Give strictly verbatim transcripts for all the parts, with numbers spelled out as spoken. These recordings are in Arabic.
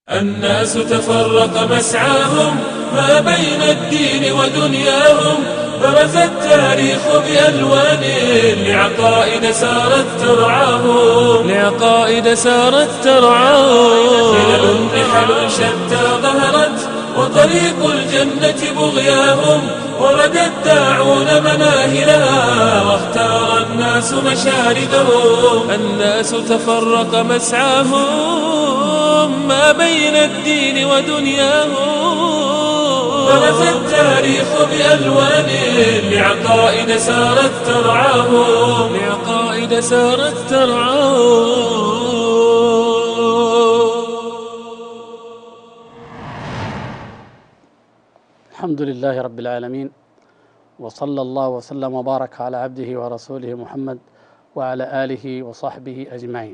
الناس تفرق مسعاهم ما بين الدين ودنياهم، برز التاريخ بألوان لعقائد سارت ترعاهم لعقائد سارت ترعاهم خلل نحل شتى ظهرت وطريق الجنة بغياهم، ورد الداعون مناهلها واختار الناس مشاردهم. الناس تفرق مسعاهم ما بين الدين ودنياهم، برز التاريخ بألوان لعقائد سارت ترعاهم لعقائد سارت ترعاهم. الحمد لله رب العالمين، وصلى الله وسلم وبارك على عبده ورسوله محمد وعلى آله وصحبه أجمعين.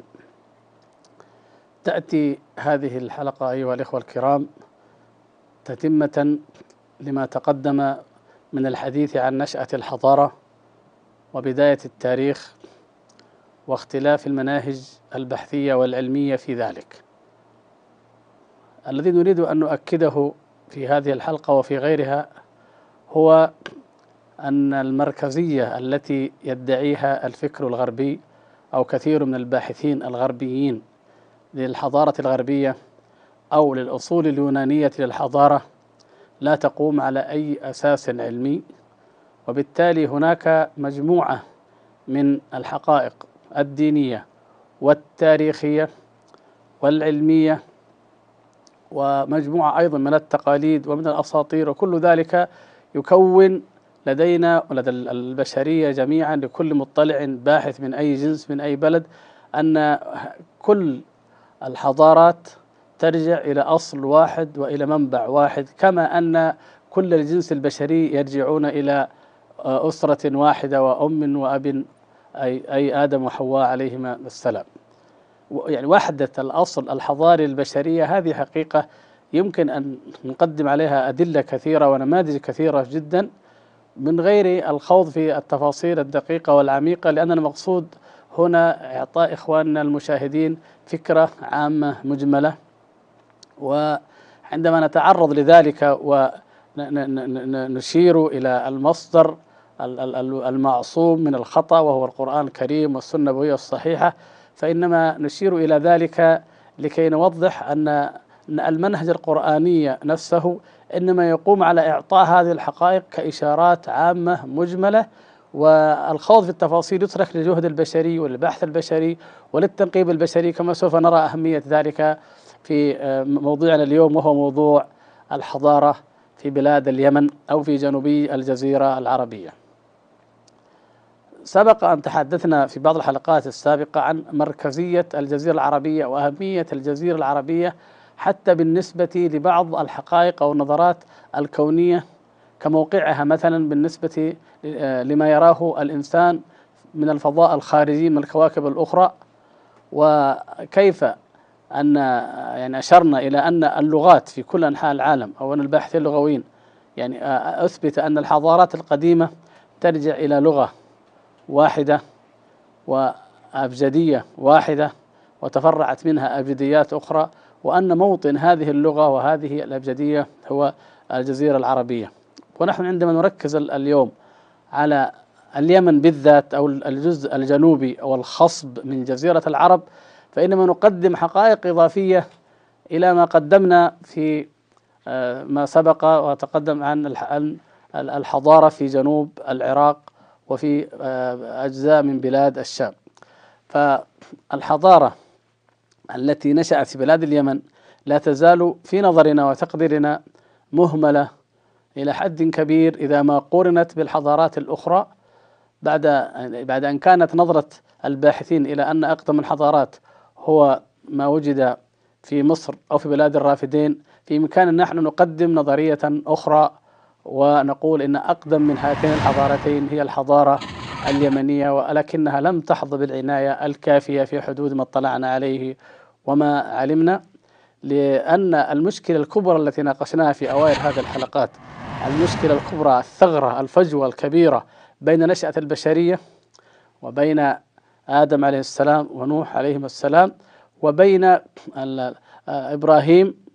تأتي هذه الحلقة أيها الإخوة الكرام تتمة لما تقدم من الحديث عن نشأة الحضارة وبداية التاريخ واختلاف المناهج البحثية والعلمية في ذلك. الذي نريد أن نؤكده في هذه الحلقة وفي غيرها هو أن المركزية التي يدعيها الفكر الغربي أو كثير من الباحثين الغربيين للحضارة الغربية أو للأصول اليونانية للحضارة لا تقوم على أي أساس علمي، وبالتالي هناك مجموعة من الحقائق الدينية والتاريخية والعلمية ومجموعة أيضا من التقاليد ومن الأساطير، وكل ذلك يكون لدينا ولدى البشرية جميعا لكل مطلع باحث من أي جنس من أي بلد أن كل الحضارات ترجع إلى أصل واحد وإلى منبع واحد، كما أن كل الجنس البشري يرجعون إلى أسرة واحدة وأم وأب أي, أي آدم وحواء عليهما السلام. يعني وحدة الأصل الحضاري البشرية هذه حقيقة يمكن أن نقدم عليها أدلة كثيرة ونماذج كثيرة جدا من غير الخوض في التفاصيل الدقيقة والعميقة، لأن المقصود هنا إعطاء إخواننا المشاهدين فكرة عامة مجملة، وعندما نتعرض لذلك ونشير إلى المصدر المعصوم من الخطأ وهو القرآن الكريم والسنة النبوية الصحيحة، فإنما نشير إلى ذلك لكي نوضح أن المنهج القرآني نفسه إنما يقوم على إعطاء هذه الحقائق كإشارات عامة مجملة، والخوض في التفاصيل يترك للجهد البشري وللبحث البشري وللتنقيب البشري، كما سوف نرى أهمية ذلك في موضوعنا اليوم وهو موضوع الحضارة في بلاد اليمن أو في جنوبي الجزيرة العربية. سبق أن تحدثنا في بعض الحلقات السابقة عن مركزية الجزيرة العربية وأهمية الجزيرة العربية حتى بالنسبة لبعض الحقائق أو النظرات الكونية كموقعها مثلا بالنسبة لما يراه الإنسان من الفضاء الخارجي من الكواكب الأخرى، وكيف أن يعني أشرنا إلى أن اللغات في كل أنحاء العالم أو أن الباحثين اللغويين يعني أثبت أن الحضارات القديمة ترجع إلى لغة واحدة وأبجدية واحدة وتفرعت منها أبجديات أخرى، وأن موطن هذه اللغة وهذه الأبجدية هو الجزيرة العربية. ونحن عندما نركز اليوم على اليمن بالذات أو الجزء الجنوبي أو الخصب من جزيرة العرب، فإنما نقدم حقائق إضافية إلى ما قدمنا في ما سبق وتقدم عن الحضارة في جنوب العراق وفي أجزاء من بلاد الشام. فالحضارة التي نشأت في بلاد اليمن لا تزال في نظرنا وتقديرنا مهملة إلى حد كبير إذا ما قورنت بالحضارات الأخرى، بعد بعد أن كانت نظرة الباحثين إلى أن أقدم الحضارات هو ما وجد في مصر أو في بلاد الرافدين، في إمكاننا نحن نقدم نظرية أخرى ونقول إن أقدم من هاتين الحضارتين هي الحضارة اليمنية، ولكنها لم تحظى بالعناية الكافية في حدود ما اطلعنا عليه وما علمنا، لأن المشكلة الكبرى التي ناقشناها في أوائل هذه الحلقات، المشكلة الكبرى الثغرة الفجوة الكبيرة بين نشأة البشرية وبين آدم عليه السلام ونوح عليهم السلام وبين إبراهيم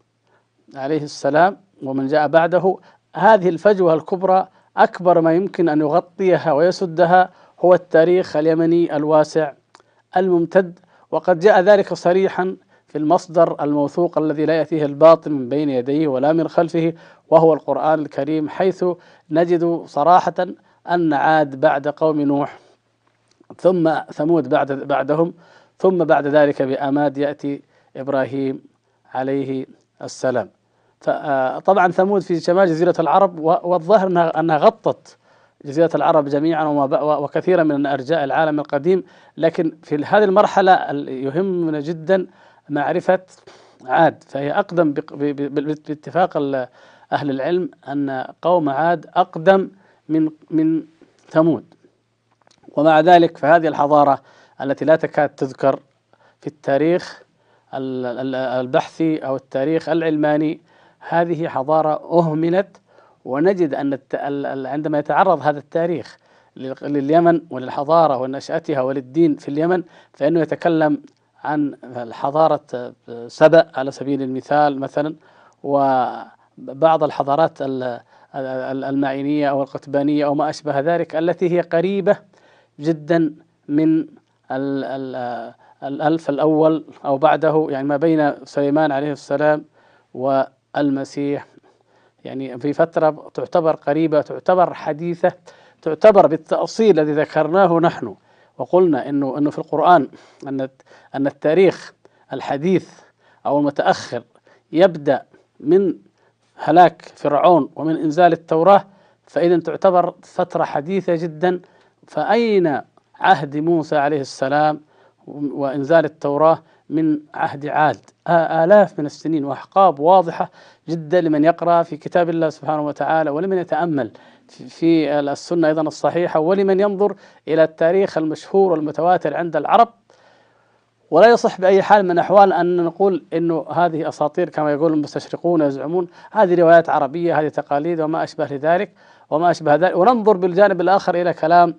عليه السلام ومن جاء بعده، هذه الفجوة الكبرى أكبر ما يمكن أن يغطيها ويسدها هو التاريخ اليمني الواسع الممتد، وقد جاء ذلك صريحا في المصدر الموثوق الذي لا يأتيه الباطل من بين يديه ولا من خلفه، وهو القرآن الكريم، حيث نجد صراحة أن عاد بعد قوم نوح، ثم ثمود بعد بعدهم، ثم بعد ذلك بأماد يأتي إبراهيم عليه السلام. فطبعا ثمود في شمال جزيرة العرب، والظاهر أنها أنها غطت جزيرة العرب جميعا وكثيرا من أرجاء العالم القديم، لكن في هذه المرحلة يهمنا جدا معرفة عاد، فهي أقدم باتفاق أهل العلم أن قوم عاد أقدم من من ثمود. ومع ذلك فهذه الحضارة التي لا تكاد تذكر في التاريخ البحثي أو التاريخ العلماني، هذه حضارة أهملت. ونجد أن عندما يتعرض هذا التاريخ لليمن وللحضارة ونشأتها وللدين في اليمن، فإنه يتكلم عن حضارة سبأ على سبيل المثال مثلا، وبعض الحضارات المعينية أو القطبانية أو ما أشبه ذلك، التي هي قريبة جدا من الألف الأول أو بعده، يعني ما بين سليمان عليه السلام والمسيح، يعني في فترة تعتبر قريبة، تعتبر حديثة، تعتبر بالتأصيل الذي ذكرناه نحن وقلنا إنه إنه في القرآن أن أن التاريخ الحديث أو المتأخر يبدأ من هلاك فرعون ومن إنزال التوراة، فإذا تعتبر فترة حديثة جدا. فأين عهد موسى عليه السلام وإنزال التوراة من عهد عاد؟ آلاف من السنين، وأحقاب واضحة جدا لمن يقرأ في كتاب الله سبحانه وتعالى، ولمن يتأمل في السنة أيضا الصحيحة، ولمن ينظر إلى التاريخ المشهور والمتواتر عند العرب. ولا يصح بأي حال من الأحوال أن نقول إنه هذه أساطير كما يقول المستشرقون يزعمون، هذه روايات عربية، هذه تقاليد وما أشبه لذلك وما أشبه ذلك. وننظر بالجانب الآخر إلى كلام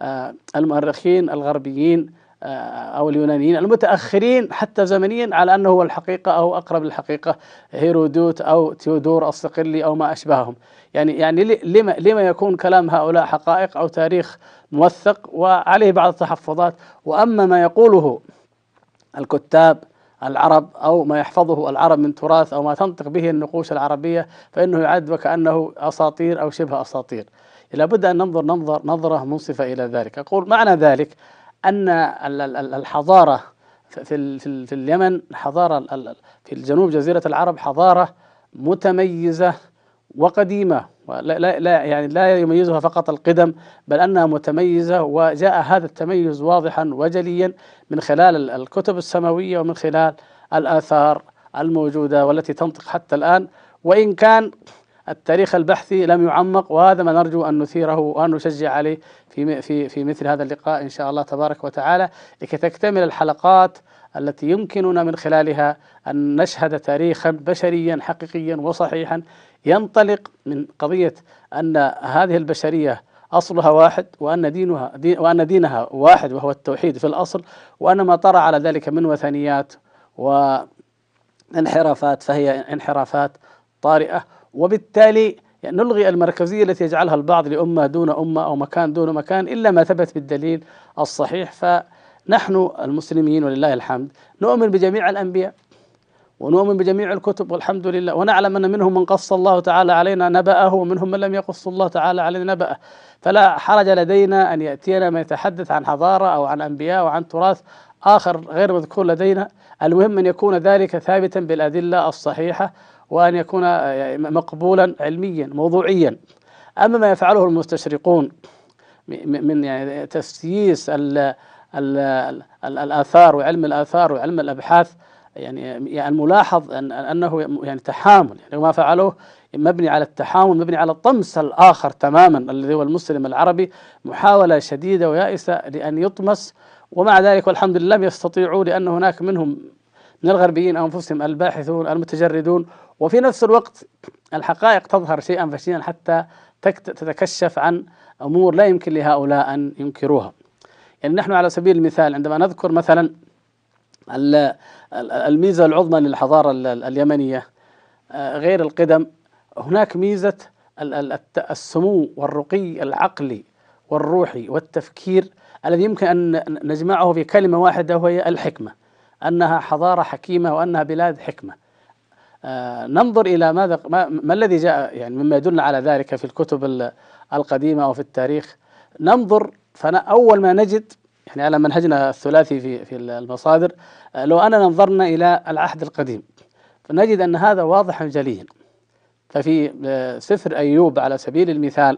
المؤرخين الغربيين أو اليونانيين المتأخرين حتى زمنيا على أنه هو الحقيقة أو أقرب للحقيقة، هيرودوت أو تيودور الصقلي أو ما أشبههم. يعني يعني لما لما يكون كلام هؤلاء حقائق أو تاريخ موثق وعليه بعض التحفظات. وأما ما يقوله الكتاب العرب أو ما يحفظه العرب من تراث أو ما تنطق به النقوش العربية، فإنه يعد وكأنه أساطير أو شبه أساطير. لابد أن ننظر ننظر نظرة منصفة إلى ذلك. أقول معنى ذلك أن الحضارة في في اليمن، حضارة في الجنوب جزيرة العرب، حضارة متميزة وقديمة، ولا لا يعني لا يميزها فقط القدم، بل أنها متميزة. وجاء هذا التميز واضحا وجليا من خلال الكتب السماوية ومن خلال الآثار الموجودة والتي تنطق حتى الآن، وإن كان التاريخ البحثي لم يعمق. وهذا ما نرجو أن نثيره وأن نشجع عليه في في في مثل هذا اللقاء إن شاء الله تبارك وتعالى، لكي تكتمل الحلقات التي يمكننا من خلالها أن نشهد تاريخا بشريا حقيقيا وصحيحا، ينطلق من قضية أن هذه البشرية أصلها واحد، وأن دينها دين وأن دينها واحد وهو التوحيد في الأصل، وأن ما طرأ على ذلك من وثنيات وانحرافات فهي انحرافات طارئة. وبالتالي يعني نلغي المركزية التي يجعلها البعض لأمة دون أمة أو مكان دون مكان، إلا ما ثبت بالدليل الصحيح. فنحن المسلمين ولله الحمد نؤمن بجميع الأنبياء ونؤمن بجميع الكتب والحمد لله، ونعلم أن منهم من قص الله تعالى علينا نبأه ومنهم من لم يقص الله تعالى علينا نبأه. فلا حرج لدينا أن يأتينا ما يتحدث عن حضارة أو عن أنبياء وعن تراث آخر غير مذكور لدينا، المهم أن يكون ذلك ثابتا بالأدلة الصحيحة، وأن يكون مقبولا علميا موضوعيا. أما ما يفعله المستشرقون من يعني تسييس ال ال ال الآثار وعلم الآثار وعلم الأبحاث، يعني يعني الملاحظ أن أنه يعني تحامل، يعني ما فعلوه مبني على التحامل، مبني على طمس الآخر تماما الذي هو المسلم العربي، محاولة شديدة ويائسة لأن يطمس. ومع ذلك والحمد لله لم يستطيعوا، لأن هناك منهم من الغربيين أنفسهم الباحثون المتجردون، وفي نفس الوقت الحقائق تظهر شيئا فشيئا حتى تتكشف عن أمور لا يمكن لهؤلاء أن ينكروها. يعني نحن على سبيل المثال عندما نذكر مثلا الميزة العظمى للحضارة اليمنية، غير القدم، هناك ميزة السمو والرقي العقلي والروحي والتفكير الذي يمكن أن نجمعه في كلمة واحدة، وهي الحكمة، أنها حضارة حكيمة وأنها بلاد حكمة. آه ننظر إلى ماذا ما, ما الذي جاء يعني مما يدل على ذلك في الكتب القديمة أو في التاريخ. ننظر، فأول ما نجد يعني على منهجنا الثلاثي في في المصادر، آه لو أننا نظرنا إلى العهد القديم فنجد أن هذا واضحا جليا. ففي آه سفر أيوب على سبيل المثال،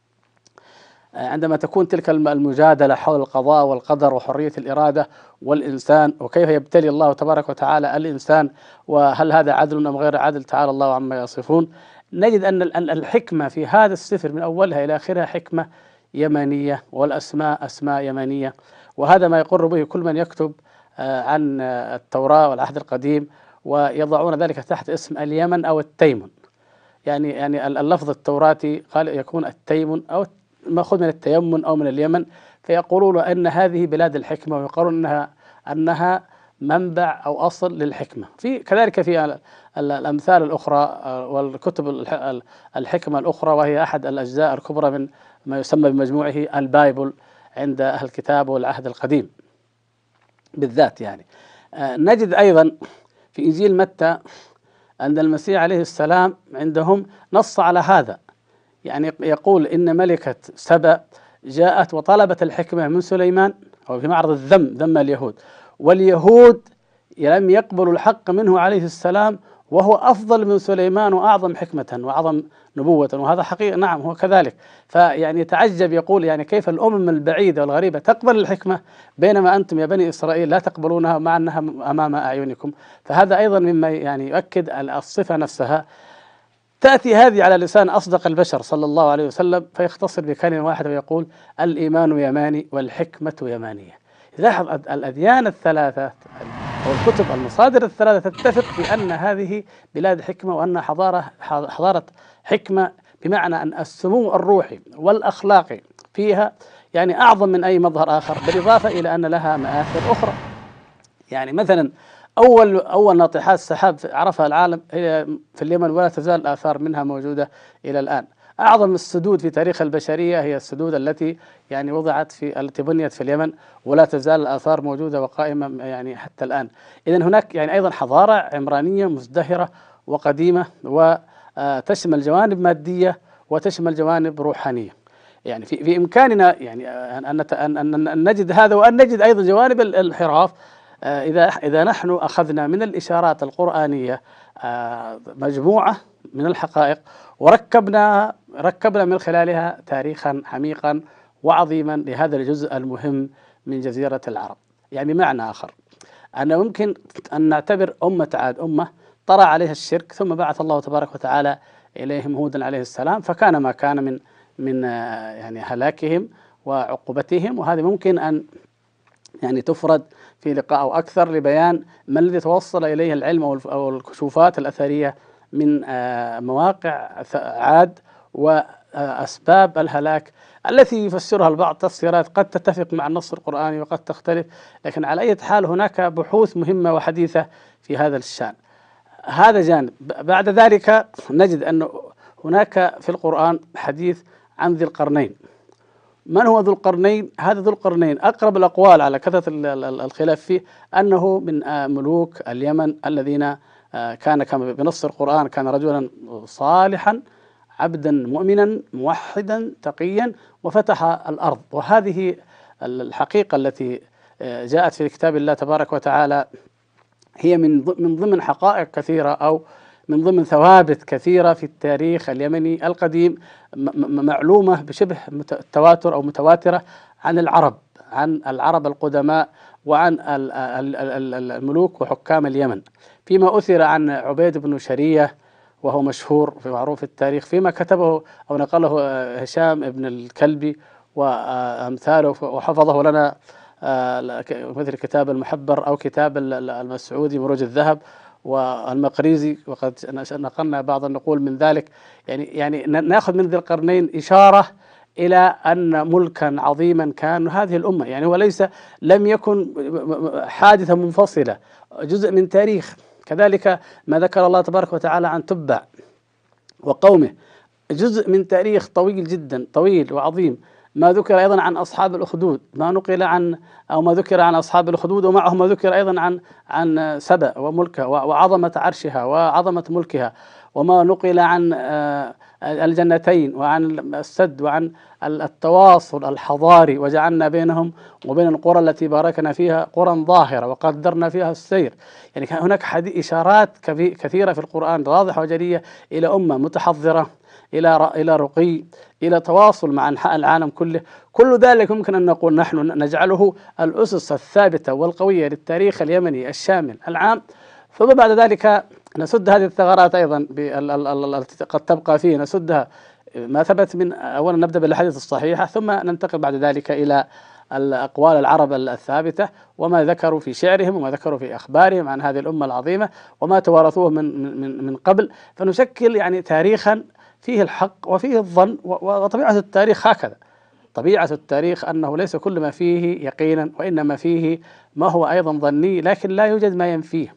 عندما تكون تلك المجادلة حول القضاء والقدر وحرية الإرادة والإنسان وكيف يبتلي الله تبارك وتعالى الإنسان، وهل هذا عدل أم غير عدل، تعالى الله عما يصفون، نجد أن الحكمة في هذا السفر من أولها إلى آخرها حكمة يمانية، والأسماء أسماء يمانية. وهذا ما يقر به كل من يكتب عن التوراة والعهد القديم، ويضعون ذلك تحت اسم اليمن أو التيمن. يعني يعني اللفظ التوراتي قال يكون التيمن أو مأخوذ من التيمن أو من اليمن، فيقولون أن هذه بلاد الحكمة، ويقولون أنها أنها منبع أو أصل للحكمة. في كذلك في الأمثال الأخرى والكتب الحكمة الأخرى، وهي أحد الأجزاء الكبرى من ما يسمى بمجموعه البايبل عند أهل الكتاب والعهد القديم بالذات. يعني نجد أيضا في إنجيل متى أن المسيح عليه السلام عندهم نص على هذا، يعني يقول إن ملكة سبأ جاءت وطلبت الحكمة من سليمان، أو في معرض الذم، ذم اليهود، واليهود لم يقبلوا الحق منه عليه السلام، وهو أفضل من سليمان وأعظم حكمة وأعظم نبوة، وهذا حقيقة نعم هو كذلك. فيعني يتعجب، يقول يعني كيف الأمم البعيدة والغريبة تقبل الحكمة بينما أنتم يا بني إسرائيل لا تقبلونها مع أنها أمام أعينكم. فهذا أيضا مما يعني يؤكد الصفة نفسها. تأتي هذه على لسان أصدق البشر صلى الله عليه وسلم، فيختصر بكلمة واحدة ويقول الإيمان يماني والحكمة يمانية. لاحظ الأديان الثلاثة أو الكتب المصادر الثلاثة تتفق في أن هذه بلاد حكمة، وأن حضارة حضارة حكمة، بمعنى أن السمو الروحي والأخلاقي فيها يعني أعظم من أي مظهر آخر، بالإضافة إلى أن لها مآثر أخرى. يعني مثلا أول أول ناطحات سحاب عرفها العالم هي في اليمن، ولا تزال الآثار منها موجودة إلى الآن. أعظم السدود في تاريخ البشرية هي السدود التي يعني وضعت في التي بنيت في اليمن، ولا تزال الآثار موجودة وقائمة يعني حتى الآن. إذن هناك يعني أيضا حضارة عمرانية مزدهرة وقديمة، وتشمل جوانب مادية وتشمل جوانب روحانية. يعني في في إمكاننا يعني أن أن نجد هذا، وأن نجد أيضا جوانب الانحراف إذا إذا نحن أخذنا من الإشارات القرآنية مجموعة من الحقائق وركبنا ركبنا من خلالها تاريخا عميقا وعظيما لهذا الجزء المهم من جزيرة العرب. يعني بمعنى آخر، أن ممكن أن نعتبر أمة عاد أمة طرأ عليها الشرك، ثم بعث الله تبارك وتعالى إليهم هودا عليه السلام، فكان ما كان من من يعني هلاكهم وعقوبتهم. وهذه ممكن أن يعني تفرد في لقاء أو أكثر لبيان ما الذي توصل إليه العلم أو الكشوفات الأثرية من مواقع عاد وأسباب الهلاك التي يفسرها البعض تفسيرات قد تتفق مع النص القرآني وقد تختلف، لكن على أي حال هناك بحوث مهمة وحديثة في هذا الشأن. هذا جانب. بعد ذلك نجد أن هناك في القرآن حديث عن ذي القرنين. من هو ذو القرنين؟ هذا ذو القرنين أقرب الأقوال على كثرة الخلاف فيه أنه من ملوك اليمن الذين كان كما بنص القرآن كان رجلا صالحا عبدا مؤمنا موحدا تقيا وفتح الأرض. وهذه الحقيقة التي جاءت في كتاب الله تبارك وتعالى هي من من ضمن حقائق كثيرة أو من ضمن ثوابت كثيرة في التاريخ اليمني القديم، معلومة بشبه تواتر أو متواترة عن العرب عن العرب القدماء وعن الملوك وحكام اليمن، فيما أثر عن عبيد بن شرية وهو مشهور في معروف التاريخ فيما كتبه أو نقله هشام بن الكلبي وأمثاله، وحفظه لنا مثل كتاب المحبر أو كتاب المسعودي مروج الذهب والمقريزي، وقد نقلنا بعض النقول من ذلك. يعني يعني نأخذ من ذي القرنين إشارة إلى أن ملكا عظيما كان هذه الأمة، يعني وليس لم يكن حادثة منفصلة، جزء من تاريخ كذلك ما ذكر الله تبارك وتعالى عن تبع وقومه جزء من تاريخ طويل جدا، طويل وعظيم. ما ذكر أيضا عن أصحاب الأخدود، ما نقل عن أو ما ذكر عن أصحاب الأخدود، ومعه ما ذكر أيضا عن عن سبأ وملكها وعظمة عرشها وعظمة ملكها، وما نقل عن الجنتين وعن السد وعن التواصل الحضاري، وجعلنا بينهم وبين القرى التي باركنا فيها قرى ظاهرة وقدرنا فيها السير. يعني هناك إشارات كثيرة في القرآن واضحة وجلية إلى أمة متحضرة، إلى إلى رقي، إلى تواصل مع أنحاء العالم كله. كل ذلك ممكن أن نقول نحن نجعله الأسس الثابتة والقوية للتاريخ اليمني الشامل العام. ثم بعد ذلك نسد هذه الثغرات أيضا التي قد تبقى فيه، نسدها ما ثبت من أولا نبدأ بالأحاديث الصحيحة، ثم ننتقل بعد ذلك إلى الأقوال العرب الثابتة وما ذكروا في شعرهم وما ذكروا في أخبارهم عن هذه الأمة العظيمة وما توارثوه من من من قبل، فنشكل يعني تاريخا فيه الحق وفيه الظن. وطبيعة التاريخ هكذا، طبيعة التاريخ أنه ليس كل ما فيه يقينا، وإنما فيه ما هو أيضا ظني لكن لا يوجد ما ينفيه.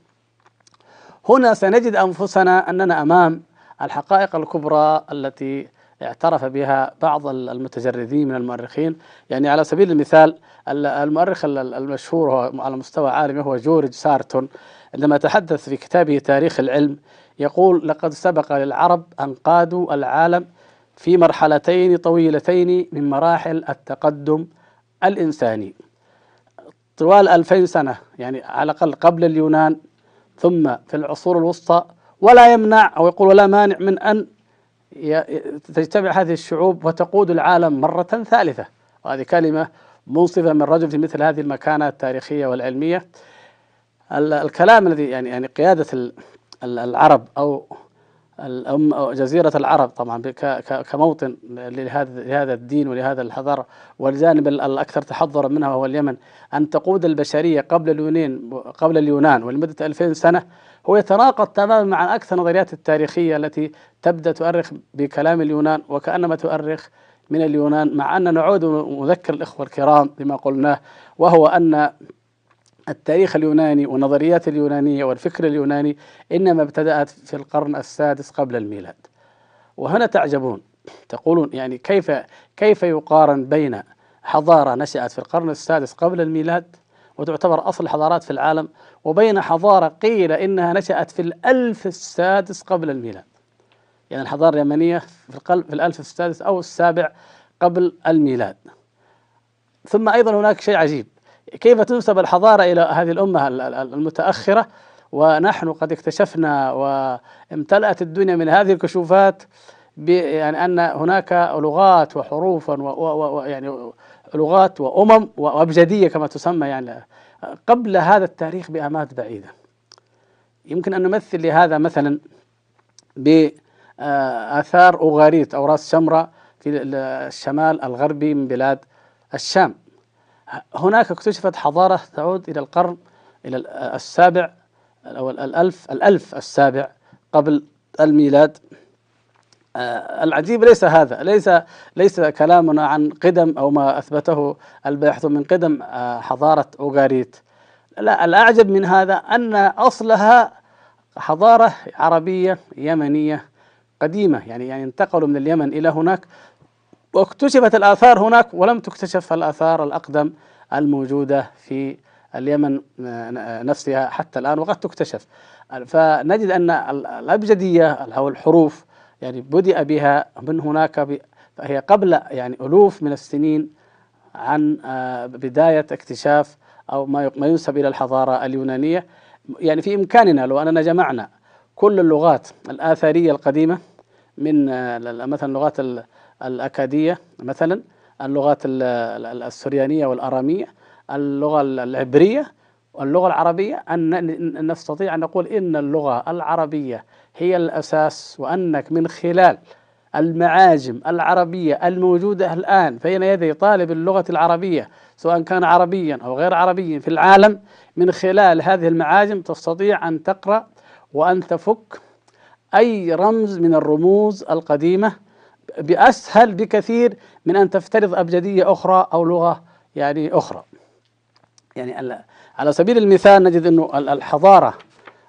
هنا سنجد أنفسنا أننا أمام الحقائق الكبرى التي اعترف بها بعض المتجردين من المؤرخين. يعني على سبيل المثال المؤرخ المشهور على مستوى عالمي هو جورج سارتون، عندما تحدث في كتابه تاريخ العلم يقول: لقد سبق للعرب أن قادوا العالم في مرحلتين طويلتين من مراحل التقدم الإنساني طوال ألفين سنة، يعني على الأقل قبل اليونان ثم في العصور الوسطى، ولا يمنع أو يقول ولا مانع من أن تجتمع هذه الشعوب وتقود العالم مرة ثالثة. وهذه كلمة منصفة من رجل في مثل هذه المكانة التاريخية والعلمية. الكلام الذي يعني يعني قيادة العرب أو أو جزيرة العرب طبعا كموطن لهذا لهذا الدين ولهذا الحضارة، والجانب الأكثر تحضرا منها وهو اليمن، أن تقود البشرية قبل اليونان قبل اليونان ولمدة ألفين سنة، هو يتناقض تماما مع أكثر النظريات التاريخية التي تبدأ تؤرخ بكلام اليونان وكأنما تؤرخ من اليونان. مع أن نعود ونذكر الإخوة الكرام بما قلناه، وهو أن التاريخ اليوناني والنظريات اليونانية والفكر اليوناني إنما ابتدأت في القرن السادس قبل الميلاد. وهنا تعجبون، تقولون يعني كيف كيف يقارن بين حضارة نشأت في القرن السادس قبل الميلاد وتعتبر أصل الحضارات في العالم، وبين حضارة قيل إنها نشأت في الألف السادس قبل الميلاد. يعني الحضارة اليمنية في القلب في الألف السادس أو السابع قبل الميلاد. ثم أيضا هناك شيء عجيب، كيف تنسب الحضارة إلى هذه الأمة المتأخرة ونحن قد اكتشفنا وامتلأت الدنيا من هذه الكشوفات، يعني أن هناك لغات وحروفا ويعني لغات وأمم وأبجدية كما تسمى يعني قبل هذا التاريخ بآماد بعيدة. يمكن أن نمثل لهذا مثلا بآثار أوغاريت أو رأس شمرة في الشمال الغربي من بلاد الشام. هناك اكتشفت حضارة تعود إلى القرن إلى السابع أو الألف الألف السابع قبل الميلاد. العجيب ليس هذا، ليس ليس كلامنا عن قدم أو ما أثبته الباحث من قدم حضارة أوغاريت، لا، الأعجب من هذا أن أصلها حضارة عربية يمنية قديمة، يعني يعني انتقلوا من اليمن إلى هناك واكتشفت الآثار هناك، ولم تكتشف الآثار الأقدم الموجودة في اليمن نفسها حتى الآن وقد تكتشف. فنجد أن الأبجدية أو الحروف يعني بدأ بها من هناك، فهي قبل يعني ألوف من السنين عن بداية اكتشاف أو ما ينسب إلى الحضارة اليونانية. يعني في إمكاننا لو أننا جمعنا كل اللغات الآثارية القديمة من مثلا اللغات الأكادية، مثلا اللغات السريانية والأرامية، اللغة العبرية واللغة العربية، أن نستطيع أن نقول إن اللغة العربية هي الأساس، وأنك من خلال المعاجم العربية الموجودة الآن بين يدي طالب اللغة العربية سواء كان عربيا أو غير عربيا في العالم، من خلال هذه المعاجم تستطيع أن تقرأ وأن تفك أي رمز من الرموز القديمة بأسهل بكثير من أن تفترض أبجدية أخرى أو لغة يعني أخرى. يعني على سبيل المثال نجد أنه الحضارة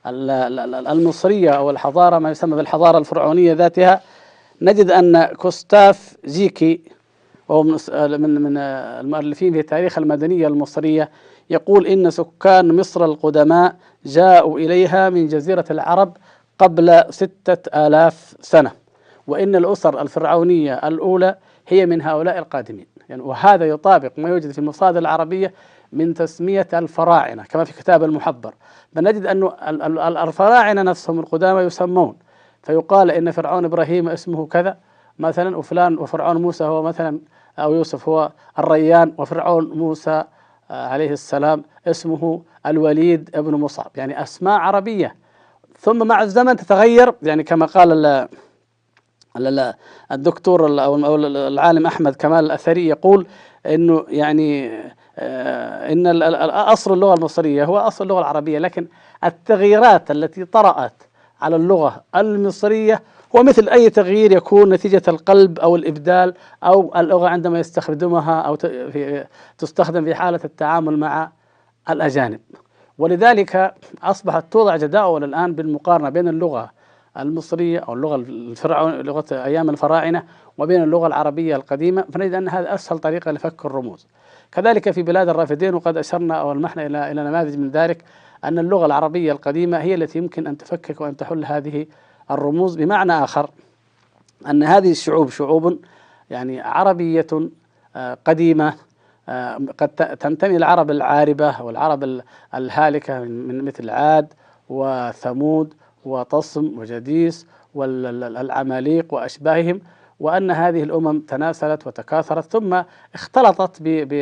المصرية أو الحضارة ما يسمى بالحضارة الفرعونية ذاتها، نجد أن كوستاف زيكي وهو من من المؤلفين في تاريخ المدنية المصرية يقول إن سكان مصر القدماء جاءوا إليها من جزيرة العرب قبل ستة آلاف سنة، وإن الأسر الفرعونية الأولى هي من هؤلاء القادمين، يعني وهذا يطابق ما يوجد في المصادر العربية من تسمية الفراعنة كما في كتاب المحبر. فنجد أن الفراعنة نفسهم القدامى يسمون، فيقال إن فرعون إبراهيم اسمه كذا مثلا، وفلان وفرعون موسى هو مثلا أو يوسف هو الريان، وفرعون موسى عليه السلام اسمه الوليد ابن مصعب، يعني أسماء عربية. ثم مع الزمن تتغير، يعني كما قال الدكتور أو العالم أحمد كمال الأثري يقول إنه يعني إن أصل اللغة المصرية هو أصل اللغة العربية، لكن التغييرات التي طرأت على اللغة المصرية هو مثل أي تغيير يكون نتيجة القلب أو الإبدال أو اللغة عندما يستخدمها أو تستخدم في حالة التعامل مع الأجانب. ولذلك أصبحت توضع جداول الآن بالمقارنة بين اللغة المصرية أو اللغة الفرعونية لغة أيام الفراعنة وبين اللغة العربية القديمة، فنجد أن هذا أسهل طريقة لفك الرموز. كذلك في بلاد الرافدين، وقد أشرنا أو ألمحنا إلى إلى نماذج من ذلك، أن اللغة العربية القديمة هي التي يمكن أن تفكك وأن تحل هذه الرموز. بمعنى آخر أن هذه الشعوب شعوب يعني عربية قديمة، قد تنتمي العرب العاربة والعرب الهالكة من مثل عاد وثمود وطصم وجديس والعماليق وأشباههم، وأن هذه الأمم تناسلت وتكاثرت ثم اختلطت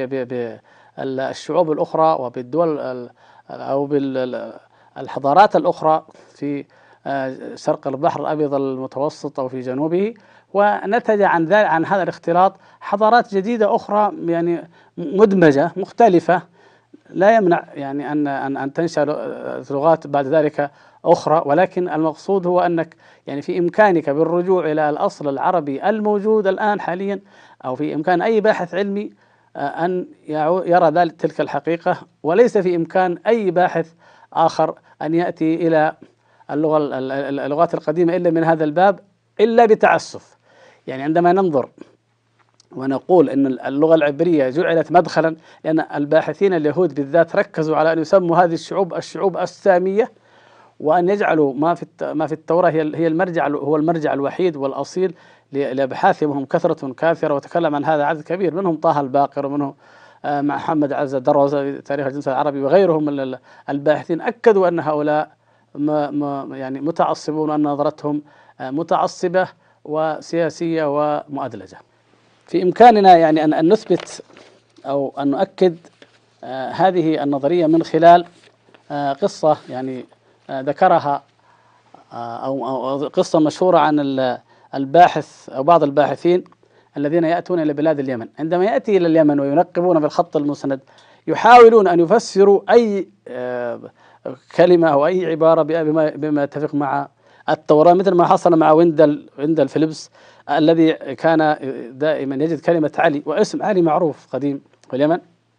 بالشعوب الأخرى وبالدول أو بالحضارات الأخرى في شرق البحر الأبيض المتوسط أو في جنوبه، ونتج عن ذلك عن هذا الاختلاط حضارات جديدة أخرى يعني مدمجة مختلفة، لا يمنع يعني أن أن أن تنشأ لغات بعد ذلك أخرى، ولكن المقصود هو أنك يعني في إمكانك بالرجوع إلى الأصل العربي الموجود الآن حاليا، أو في إمكان أي باحث علمي أن يرى ذلك تلك الحقيقة، وليس في إمكان أي باحث آخر أن يأتي إلى اللغة اللغات القديمة إلا من هذا الباب إلا بتعسف. يعني عندما ننظر ونقول أن اللغة العبرية جعلت مدخلا، لأن الباحثين اليهود بالذات ركزوا على أن يسموا هذه الشعوب الشعوب السامية، وأن يجعلوا ما في ما في التوراة هي هي المرجع هو المرجع الوحيد والأصيل لأبحاثهم، هم كثرة كافرة، وتكلم عن هذا عدد كبير منهم طه الباقر ومنهم محمد عز دروز في تاريخ الجنس العربي وغيرهم من الباحثين، أكدوا أن هؤلاء ما ما يعني متعصبون، وأن نظرتهم متعصبة وسياسية ومؤدلجة. في إمكاننا يعني أن أن نثبت أو أن نؤكد آه هذه النظرية من خلال آه قصة يعني آه ذكرها آه أو, أو قصة مشهورة عن الباحث أو بعض الباحثين الذين يأتون إلى بلاد اليمن. عندما يأتي إلى اليمن وينقبون بالخط المسند يحاولون أن يفسروا أي آه كلمة أو أي عبارة بما بما يتفق مع التوراة، مثل ما حصل مع ويندل ويندل فيليبس الذي كان دائما يجد كلمة علي، واسم علي معروف قديم في اليمن،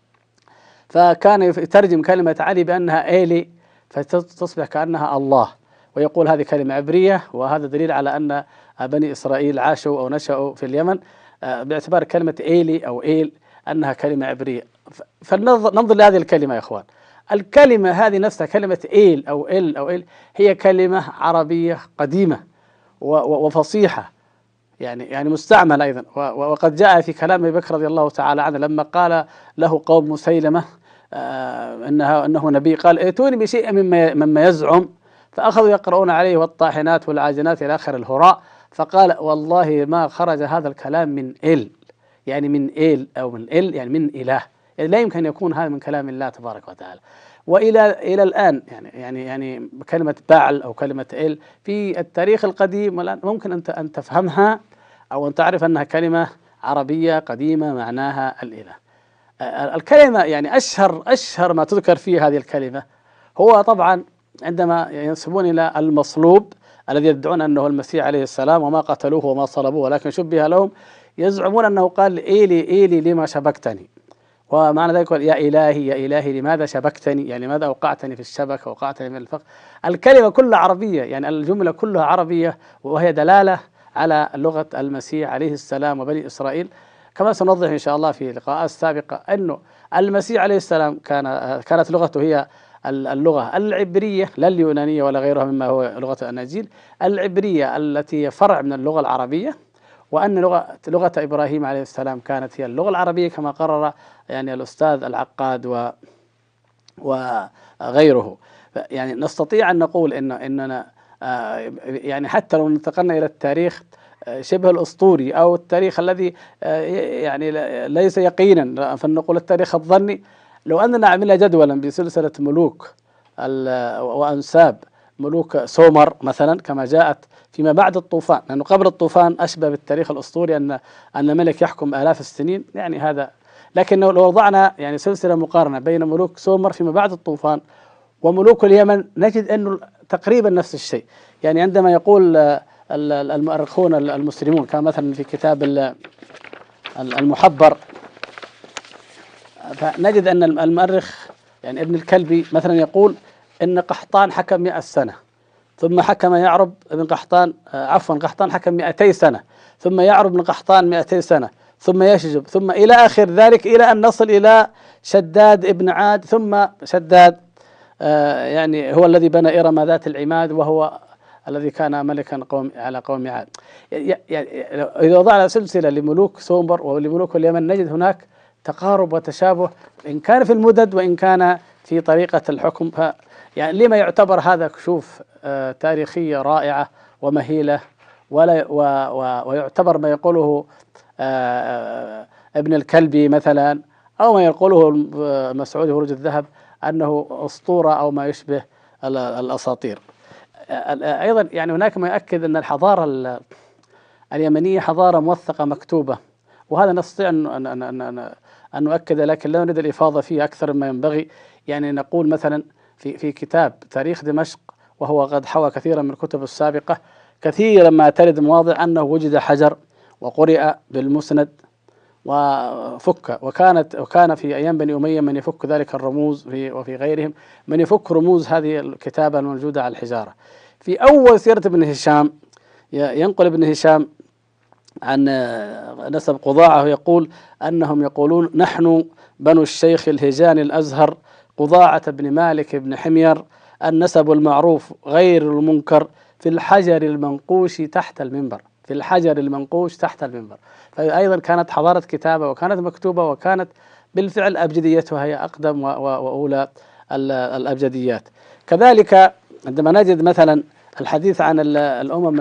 فكان يترجم كلمة علي بأنها إيلي فتصبح كأنها الله، ويقول هذه كلمة عبرية، وهذا دليل على أن بني إسرائيل عاشوا أو نشأوا في اليمن باعتبار كلمة إيلي أو إيل أنها كلمة عبرية. فننظر لهذه الكلمة يا إخوان، الكلمة هذه نفسها كلمة إيل أو إل أو إل هي كلمة عربية قديمة وفصيحة، يعني يعني مستعمل أيضا، وقد جاء في كلام أبي بكر رضي الله تعالى عنه لما قال له قوم مسيلمة آه إنه أنه نبي، قال ائتوني بشيء مما مما يزعم، فأخذوا يقرؤون عليه والطاحنات والعاجنات إلى آخر الهراء، فقال والله ما خرج هذا الكلام من إل، يعني من إل أو من إل يعني من إله، يعني لا يمكن أن يكون هذا من كلام الله تبارك وتعالى. وإلى إلى الآن يعني يعني يعني كلمة باعل أو كلمة إل في التاريخ القديم والآن ممكن أنت أن تفهمها أو أن تعرف أنها كلمة عربية قديمة معناها الإله. الكلمة يعني أشهر أشهر ما تذكر فيه هذه الكلمة هو طبعا عندما ينسبون إلى المصلوب الذي يدعون أنه المسيح عليه السلام، وما قتلوه وما صلبوه ولكن شبه لهم، يزعمون أنه قال إيلي إيلي لما شبكتني، ومعنى ذلك يا إلهي يا إلهي لماذا شبكتني، يعني لماذا أوقعتني في الشبكة وأوقعتني من الفخ. الكلمة كلها عربية، يعني الجملة كلها عربية، وهي دلالة على لغة المسيح عليه السلام وبني إسرائيل. كما سنوضح إن شاء الله في لقاءات سابقة أنه المسيح عليه السلام كان كانت لغته هي اللغة العبرية، لا اليونانية ولا غيرها مما هو لغة الأناجيل، العبرية التي هي فرع من اللغة العربية، وأن لغة لغة إبراهيم عليه السلام كانت هي اللغة العربية كما قرر يعني الأستاذ العقاد و وغيره. يعني نستطيع أن نقول إن إننا يعني حتى لو انتقلنا إلى التاريخ شبه الأسطوري أو التاريخ الذي يعني ليس يقينا، فلنقول التاريخ الظني، لو أننا عملنا جدولا بسلسلة ملوك وأنساب ملوك سومر مثلا كما جاءت فيما بعد الطوفان، لأنه قبل الطوفان أشبه بالتاريخ الأسطوري أن أن ملك يحكم آلاف السنين، يعني هذا. لكن لو وضعنا يعني سلسلة مقارنة بين ملوك سومر فيما بعد الطوفان وملوك اليمن نجد أنه تقريبا نفس الشيء. يعني عندما يقول المؤرخون المسلمون كما مثلا في كتاب المحبر، فنجد أن المؤرخ يعني ابن الكلبي مثلا يقول إن قحطان حكم مئة سنة، ثم حكم يعرب بن قحطان عفوا قحطان حكم مئتي سنة، ثم يعرب بن قحطان مئتي سنة، ثم يشجب، ثم إلى آخر ذلك إلى أن نصل إلى شداد ابن عاد، ثم شداد آه يعني هو الذي بنى إرم ذات العماد، وهو الذي كان ملكا قوم على قوم عاد. يعني إذا وضعنا سلسلة لملوك سومر ولملوك اليمن نجد هناك تقارب وتشابه، إن كان في المدد وإن كان في طريقة الحكم. ف يعني لما يعتبر هذا كشوف آه تاريخية رائعة ومهيلة، ولا و و ويعتبر ما يقوله آه ابن الكلبي مثلا أو ما يقوله مسعود بروج الذهب أنه أسطورة أو ما يشبه الأساطير. أيضا يعني هناك ما يؤكد أن الحضارة اليمنية حضارة موثقة مكتوبة، وهذا نستطيع أن, أن, أن, أن, أن نؤكد، لكن لا نريد الإفاضة فيه أكثر مما ينبغي. يعني نقول مثلا في في كتاب تاريخ دمشق، وهو قد حوى كثيرا من الكتب السابقة، كثيرا ما ترد مواضع أنه وجد حجر وقرئ بالمسند وفك، وكانت وكان في أيام بني أمية من يفك ذلك الرموز في وفي غيرهم من يفك رموز هذه الكتابة الموجودة على الحجارة. في أول سيرة ابن هشام ينقل ابن هشام عن نسب قضاعة يقول أنهم يقولون نحن بنو الشيخ الهجاني الأزهر قضاعة بن مالك بن حمير، النسب المعروف غير المنكر، في الحجر المنقوش تحت المنبر، في الحجر المنقوش تحت المنبر. فأيضا كانت حضارة كتابة وكانت مكتوبة، وكانت بالفعل أبجديتها هي أقدم وأولى الأبجديات. كذلك عندما نجد مثلا الحديث عن الأمم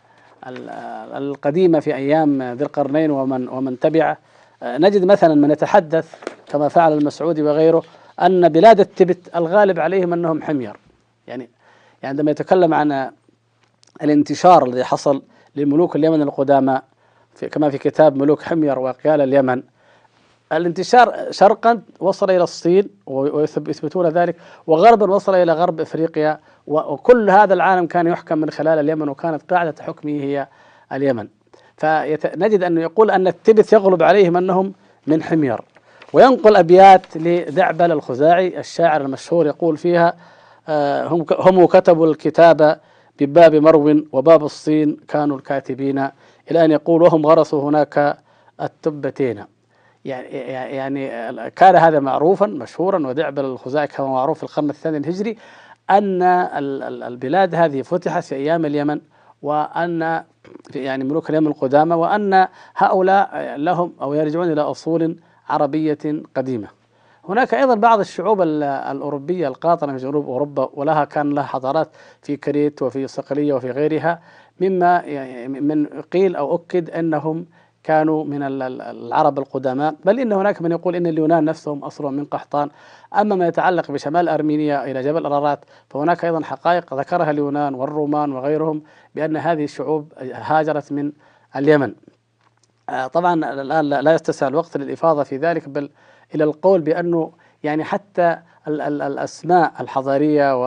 القديمة في أيام ذي القرنين ومن ومن تبعه، نجد مثلا من يتحدث كما فعل المسعودي وغيره أن بلاد التبت الغالب عليهم أنهم حمير. يعني عندما يتكلم عن الانتشار الذي حصل لملوك اليمن القدامى في كما في كتاب ملوك حمير وقيال اليمن، الانتشار شرقا وصل إلى الصين ويثبتون ذلك، وغربا وصل إلى غرب إفريقيا، وكل هذا العالم كان يحكم من خلال اليمن، وكانت قاعدة حكمه هي اليمن. فنجد أنه يقول أن التبت يغلب عليهم أنهم من حمير، وينقل أبيات لدعبل الخزاعي الشاعر المشهور يقول فيها هم هم كتبوا الكتاب بباب مرو وباب الصين كانوا الكاتبين، إلى أن يقول وهم غرسوا هناك التبتين. يعني يعني كان هذا معروفا مشهورا، ودعبل الخزاعي كما معروف في القرن الثاني الهجري أن البلاد هذه فتحت في أيام اليمن، وأن يعني ملوك اليمن القدامى، وأن هؤلاء لهم أو يرجعون إلى أصول عربية قديمة. هناك أيضا بعض الشعوب الأوروبية القاطنة في جنوب أوروبا، ولها كان لها حضارات في كريت وفي صقلية وفي غيرها، مما من قيل أو أكد أنهم كانوا من العرب القدماء، بل إن هناك من يقول إن اليونان نفسهم أصلهم من قحطان. أما ما يتعلق بشمال أرمينيا إلى جبل أرارات فهناك أيضا حقائق ذكرها اليونان والرومان وغيرهم بأن هذه الشعوب هاجرت من اليمن. طبعا الآن لا يتسع الوقت للإفاضة في ذلك، بل إلى القول بأنه يعني حتى الأسماء الحضارية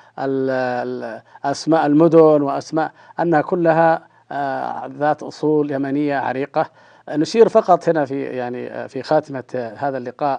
وأسماء المدن وأسماء أنها كلها ذات أصول يمنية عريقة. نشير فقط هنا في يعني في خاتمة هذا اللقاء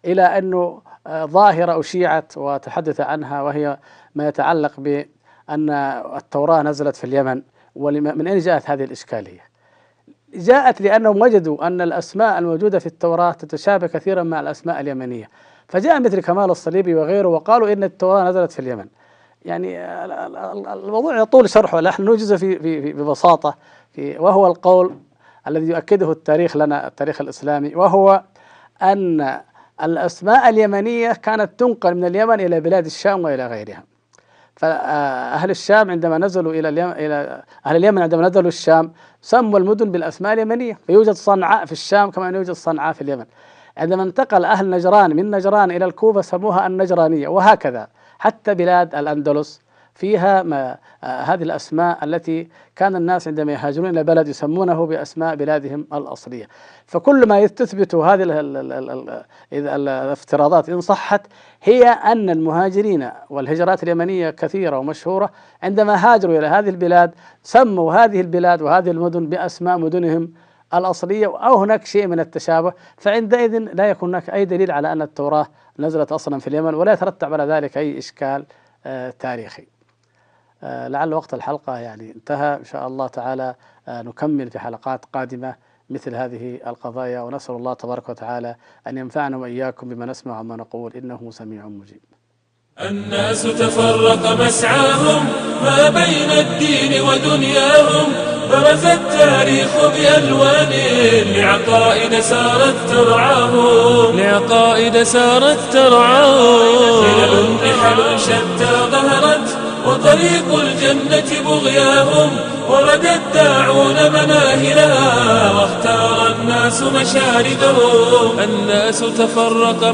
إلى أنه ظاهرة أشيعت وتحدث عنها، وهي ما يتعلق بأن التوراة نزلت في اليمن. ومن أين جاءت هذه الإشكالية؟ جاءت لأنهم وجدوا أن الأسماء الموجودة في التوراة تتشابه كثيرا مع الأسماء اليمنية، فجاء مثل كمال الصليبي وغيره وقالوا إن التوراة نزلت في اليمن. يعني الموضوع يطول شرحه، نحن نوجزه في في ببساطة، في وهو القول الذي يؤكده التاريخ لنا، التاريخ الإسلامي، وهو أن الأسماء اليمنية كانت تنقل من اليمن إلى بلاد الشام وإلى غيرها. فأهل الشام عندما نزلوا إلى اليمن، إلى أهل اليمن عندما نزلوا الشام سموا المدن بالأسماء اليمنية، فيوجد صنعاء في الشام كما يوجد صنعاء في اليمن. عندما انتقل أهل نجران من نجران إلى الكوفة سموها النجرانية، وهكذا حتى بلاد الأندلس فيها ما آه هذه الأسماء التي كان الناس عندما يهاجرون إلى بلد يسمونه بأسماء بلادهم الأصلية. فكل ما تثبت هذه الافتراضات إن صحت هي أن المهاجرين والهجرات اليمنية كثيرة ومشهورة، عندما هاجروا إلى هذه البلاد سموا هذه البلاد وهذه المدن بأسماء مدنهم الأصلية، أو هناك شيء من التشابه. فعندئذ لا يكون هناك أي دليل على أن التوراة نزلت أصلا في اليمن، ولا يترتب على ذلك أي إشكال آه تاريخي. آه لعل وقت الحلقة يعني انتهى، إن شاء الله تعالى آه نكمل في حلقات قادمة مثل هذه القضايا، ونسأل الله تبارك وتعالى أن ينفعنا وإياكم بما نسمع وما نقول، إنه سميع مجيب. الناس تفرق مسعاهم ما بين الدين ودنياهم، برز التاريخ بألوان لعقائد سارت ترعاهم، لعقائد سارت ترعاهم. خلل رحل شتى ظهرت وطريق الجنة بغياهم، ورد الداعون مناهلها واختار الناس مشاردهم. الناس تفرق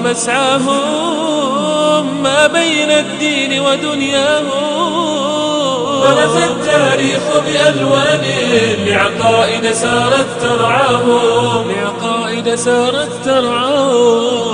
مسعاهم ما بين الدين ودنياهم، برز التاريخ بألوان لعقائد سارت ترعاهم، لعقائد سارت ترعاهم.